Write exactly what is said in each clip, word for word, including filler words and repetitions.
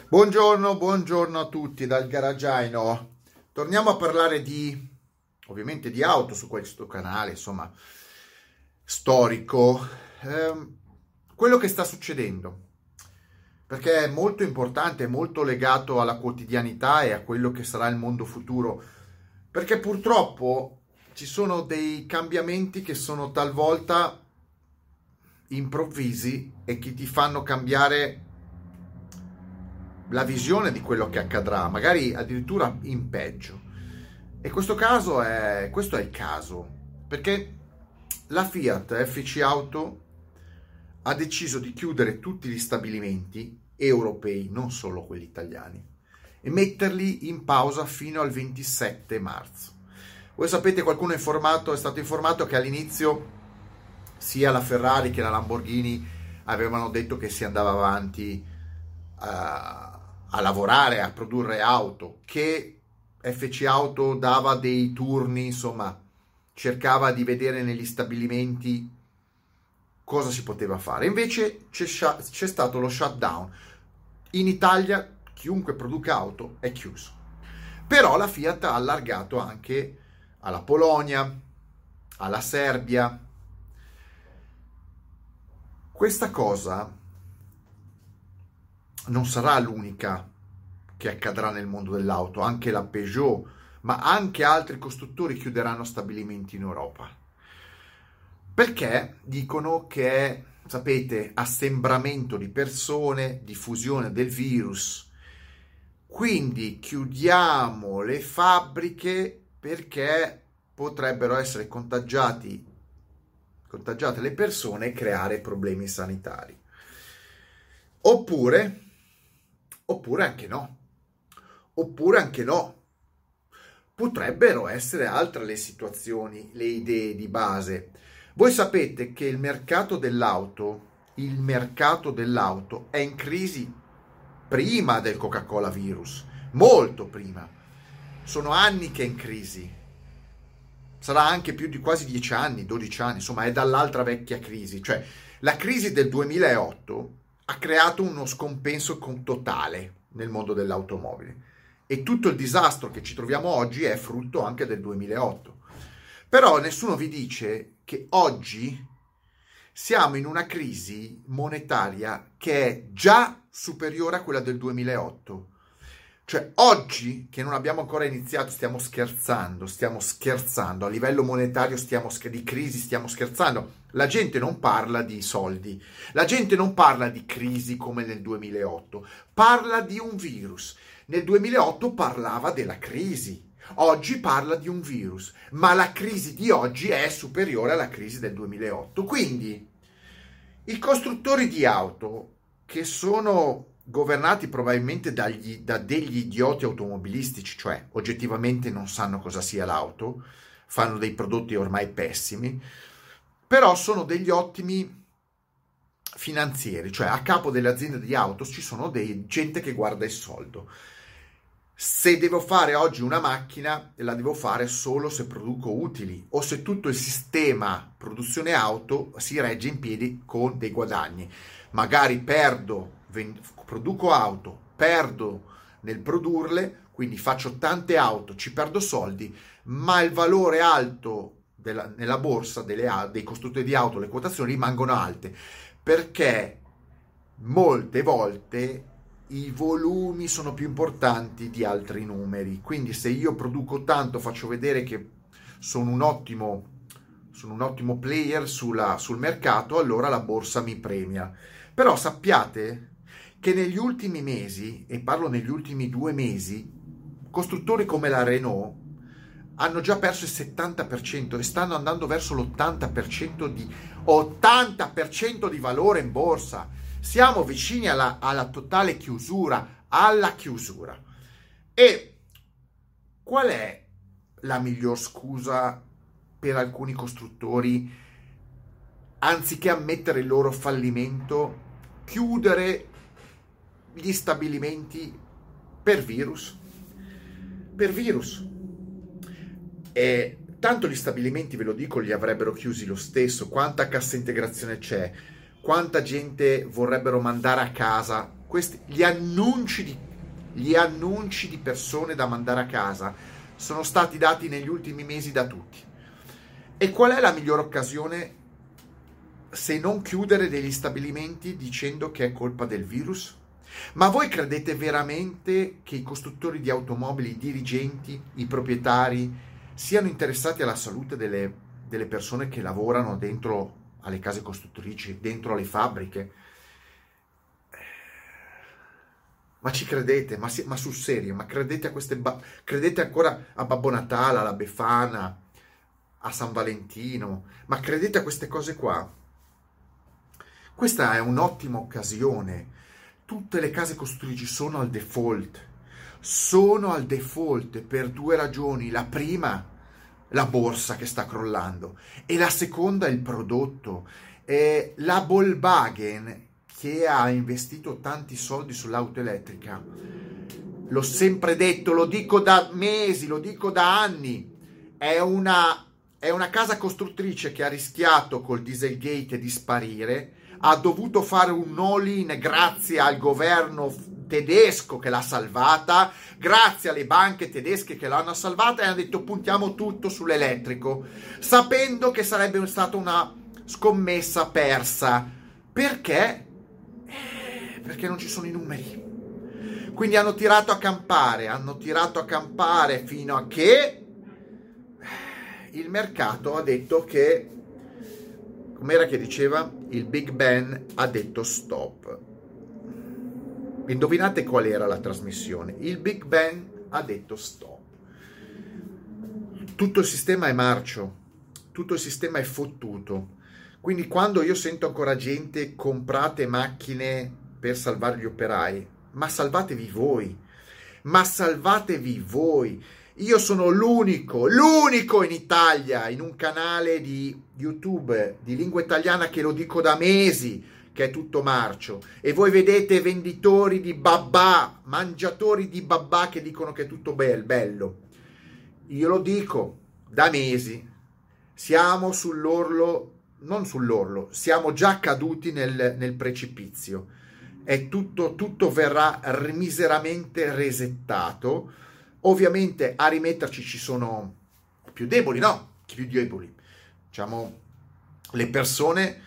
Buongiorno, buongiorno a tutti dal garagiaino. Torniamo a parlare di, ovviamente, di auto su questo canale, insomma, storico. Ehm, quello che sta succedendo, perché è molto importante, è molto legato alla quotidianità e a quello che sarà il mondo futuro, perché purtroppo ci sono dei cambiamenti che sono talvolta improvvisi e che ti fanno cambiare la visione di quello che accadrà, magari addirittura in peggio. E questo caso è, questo è il caso, perché la Fiat F C Auto ha deciso di chiudere tutti gli stabilimenti europei, non solo quelli italiani, e metterli in pausa fino al ventisette marzo. Voi sapete, qualcuno è informato, è stato informato che all'inizio sia la Ferrari che la Lamborghini avevano detto che si andava avanti a a lavorare, a produrre auto, che F C Auto dava dei turni, insomma, cercava di vedere negli stabilimenti cosa si poteva fare. Invece c'è, c'è stato lo shutdown. In Italia chiunque produca auto è chiuso. Però la Fiat ha allargato anche alla Polonia, alla Serbia. Questa cosa non sarà l'unica che accadrà nel mondo dell'auto, anche la Peugeot, ma anche altri costruttori chiuderanno stabilimenti in Europa. Perché dicono che è, sapete, assembramento di persone, diffusione del virus. Quindi chiudiamo le fabbriche perché potrebbero essere contagiati, contagiate le persone e creare problemi sanitari. Oppure Oppure anche no. Oppure anche no. Potrebbero essere altre le situazioni, le idee di base. Voi sapete che il mercato dell'auto, il mercato dell'auto è in crisi prima del Coca-Cola virus, molto prima. Sono anni che è in crisi. Sarà anche più di quasi dieci anni, dodici anni, insomma, è dall'altra vecchia crisi. Cioè, la crisi del duemilaotto ha creato uno scompenso totale nel mondo dell'automobile e tutto il disastro che ci troviamo oggi è frutto anche del duemilaotto. Però nessuno vi dice che oggi siamo in una crisi monetaria che è già superiore a quella del duemilaotto. Cioè oggi, che non abbiamo ancora iniziato, stiamo scherzando, stiamo scherzando, a livello monetario stiamo di crisi stiamo scherzando. La gente non parla di soldi, la gente non parla di crisi come nel duemilaotto, parla di un virus. Nel duemilaotto parlava della crisi, oggi parla di un virus, ma la crisi di oggi è superiore alla crisi del duemilaotto. Quindi i costruttori di auto, che sono governati probabilmente dagli, da degli idioti automobilistici, cioè oggettivamente non sanno cosa sia l'auto, fanno dei prodotti ormai pessimi, però sono degli ottimi finanzieri, cioè a capo delle aziende di auto ci sono dei gente che guarda il soldo. Se devo fare oggi una macchina, la devo fare solo se produco utili o se tutto il sistema produzione auto si regge in piedi con dei guadagni. Magari perdo, produco auto, perdo nel produrle, quindi faccio tante auto, ci perdo soldi, ma il valore alto della, nella borsa delle, dei costruttori di auto, le quotazioni rimangono alte, perché molte volte i volumi sono più importanti di altri numeri. Quindi se io produco tanto, faccio vedere che sono un ottimo, sono un ottimo player sulla, sul mercato, allora la borsa mi premia. Però sappiate che negli ultimi mesi, e parlo negli ultimi due mesi, costruttori come la Renault hanno già perso il settanta per cento e stanno andando verso l'ottanta per cento di, ottanta per cento di valore in borsa. Siamo vicini alla, alla totale chiusura, alla chiusura. E qual è la miglior scusa per alcuni costruttori, anziché ammettere il loro fallimento, chiudere gli stabilimenti per virus? Per virus. E tanto gli stabilimenti, ve lo dico, li avrebbero chiusi lo stesso. Quanta cassa integrazione c'è? Quanta gente vorrebbero mandare a casa questi, gli annunci di, gli annunci di persone da mandare a casa sono stati dati negli ultimi mesi da tutti. E qual è la migliore occasione se non chiudere degli stabilimenti dicendo che è colpa del virus? Ma voi credete veramente che i costruttori di automobili, i dirigenti, i proprietari siano interessati alla salute delle, delle persone che lavorano dentro alle case costruttrici, dentro alle fabbriche? Ma ci credete? Ma, si, ma sul serio? Ma credete a queste ba- credete ancora a Babbo Natale, alla Befana, a San Valentino? Ma credete a queste cose qua? Questa è un'ottima occasione. Tutte le case costruttrici sono al default. Sono al default per due ragioni. La prima, la borsa che sta crollando. E la seconda, il prodotto. E la Volkswagen, che ha investito tanti soldi sull'auto elettrica. L'ho sempre detto, lo dico da mesi, lo dico da anni. È una, è una casa costruttrice che ha rischiato col Dieselgate di sparire. Ha dovuto fare un all-in grazie al governo tedesco che l'ha salvata, grazie alle banche tedesche che l'hanno salvata, e hanno detto puntiamo tutto sull'elettrico, sapendo che sarebbe stata una scommessa persa. Perché? Eh, perché non ci sono i numeri. Quindi hanno tirato a campare, hanno tirato a campare fino a che il mercato ha detto che, com'era che diceva? Il Big Ben ha detto stop. Indovinate qual era la trasmissione? Il Big Ben ha detto stop. Tutto il sistema è marcio, tutto il sistema è fottuto. Quindi quando io sento ancora gente comprate macchine per salvare gli operai, ma salvatevi voi, ma salvatevi voi. Io sono l'unico, l'unico in Italia, in un canale di YouTube di lingua italiana che lo dico da mesi, che è tutto marcio. E voi vedete venditori di babà, mangiatori di babà che dicono che è tutto bel, bello. Io lo dico da mesi. Siamo sull'orlo, non sull'orlo, siamo già caduti nel, nel precipizio. È tutto, tutto verrà miseramente resettato. Ovviamente a rimetterci ci sono più deboli, no? Più deboli. Diciamo, le persone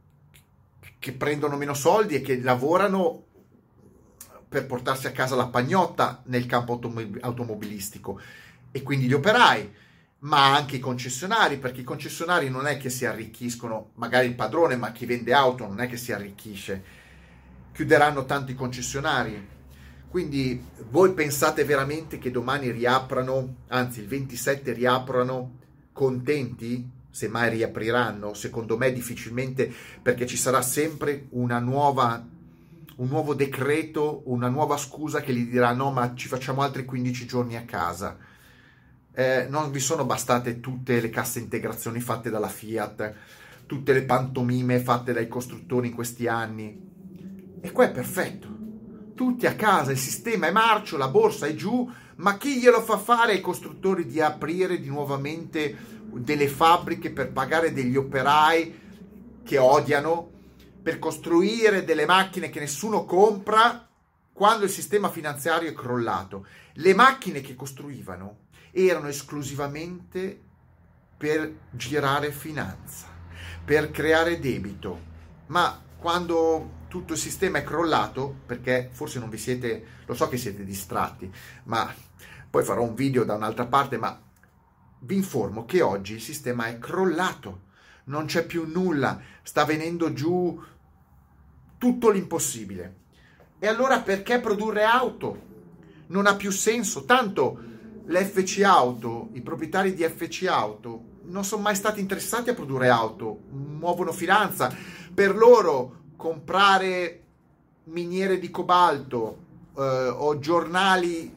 che prendono meno soldi e che lavorano per portarsi a casa la pagnotta nel campo automob- automobilistico, e quindi gli operai, ma anche i concessionari, perché i concessionari non è che si arricchiscono, magari il padrone, ma chi vende auto non è che si arricchisce. Chiuderanno tanti concessionari. Quindi voi pensate veramente che domani riaprano, anzi il ventisette riaprano contenti? Se mai riapriranno? Secondo me difficilmente, perché ci sarà sempre una nuova, un nuovo decreto, una nuova scusa che gli dirà no, ma ci facciamo altri quindici giorni a casa. Eh, non vi sono bastate tutte le casse integrazioni fatte dalla Fiat, tutte le pantomime fatte dai costruttori in questi anni. E qua è perfetto. Tutti a casa, il sistema è marcio, la borsa è giù, ma chi glielo fa fare ai costruttori di aprire di nuovamente delle fabbriche per pagare degli operai che odiano, per costruire delle macchine che nessuno compra quando il sistema finanziario è crollato? Le macchine che costruivano erano esclusivamente per girare finanza, per creare debito, ma quando tutto il sistema è crollato, perché forse non vi siete, lo so che siete distratti, ma poi farò un video da un'altra parte, ma vi informo che oggi il sistema è crollato, non c'è più nulla, sta venendo giù tutto l'impossibile. E allora perché produrre auto? Non ha più senso, tanto l'F C Auto, i proprietari di F C Auto non sono mai stati interessati a produrre auto, muovono finanza. Per loro comprare miniere di cobalto eh, o giornali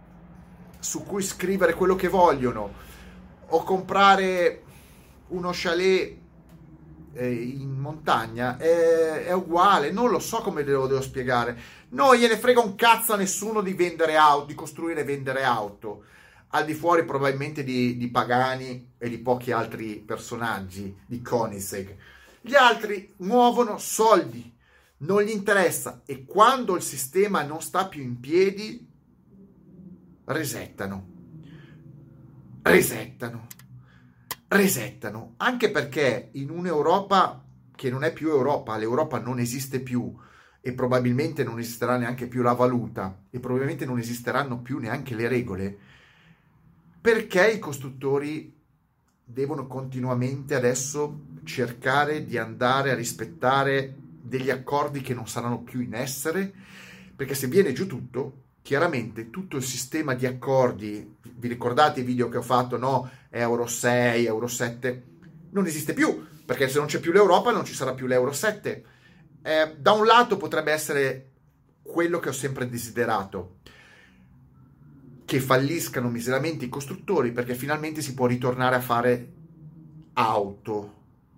su cui scrivere quello che vogliono, o comprare uno chalet eh, in montagna è, è uguale. Non lo so come ve lo devo spiegare. Non gliene frega un cazzo a nessuno di vendere auto, di costruire e vendere auto, al di fuori probabilmente di, di Pagani e di pochi altri personaggi, di Koenigsegg. Gli altri muovono soldi, non gli interessa, e quando il sistema non sta più in piedi, resettano, resettano, resettano, anche perché in un'Europa che non è più Europa, l'Europa non esiste più e probabilmente non esisterà neanche più la valuta e probabilmente non esisteranno più neanche le regole, perché i costruttori devono continuamente adesso cercare di andare a rispettare degli accordi che non saranno più in essere? Perché se viene giù tutto, chiaramente tutto il sistema di accordi, vi ricordate i video che ho fatto, no? Euro sei, Euro sette, non esiste più, perché se non c'è più l'Europa non ci sarà più l'Euro sette. Eh, da un lato potrebbe essere quello che ho sempre desiderato, che falliscano miseramente i costruttori, perché finalmente si può ritornare a fare auto,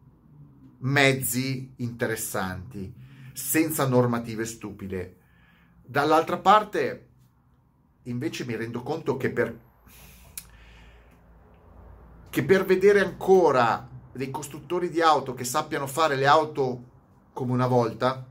mezzi interessanti, senza normative stupide. Dall'altra parte, invece, mi rendo conto che per, che per vedere ancora dei costruttori di auto che sappiano fare le auto come una volta,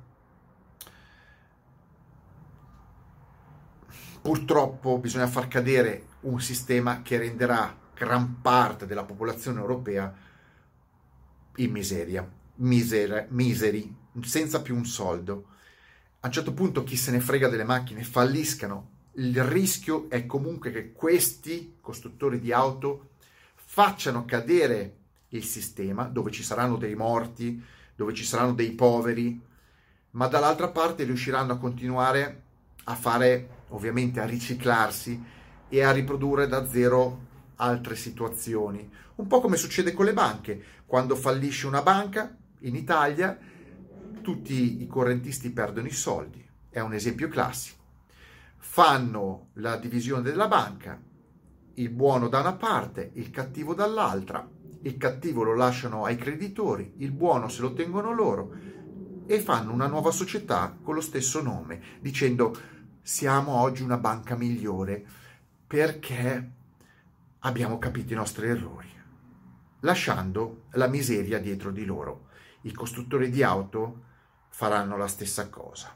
purtroppo bisogna far cadere un sistema che renderà gran parte della popolazione europea in miseria, misere, miseri, senza più un soldo. A un certo punto chi se ne frega delle macchine, falliscano. Il rischio è comunque che questi costruttori di auto facciano cadere il sistema, dove ci saranno dei morti, dove ci saranno dei poveri, ma dall'altra parte riusciranno a continuare a fare, ovviamente a riciclarsi e a riprodurre da zero altre situazioni. Un po' come succede con le banche. Quando fallisce una banca in Italia, tutti i correntisti perdono i soldi. È un esempio classico. Fanno la divisione della banca, il buono da una parte, il cattivo dall'altra. Il cattivo lo lasciano ai creditori, il buono se lo tengono loro e fanno una nuova società con lo stesso nome, dicendo siamo oggi una banca migliore perché abbiamo capito i nostri errori, lasciando la miseria dietro di loro. I costruttori di auto faranno la stessa cosa.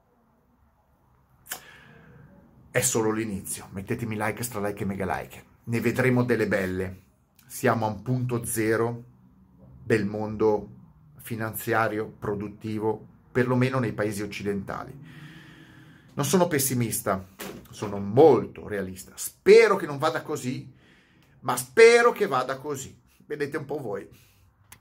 È solo l'inizio. Mettetemi like, stra like e mega like. Ne vedremo delle belle. Siamo a un punto zero del mondo finanziario, produttivo, perlomeno nei paesi occidentali. Non sono pessimista, sono molto realista. Spero che non vada così, ma spero che vada così. Vedete un po' voi.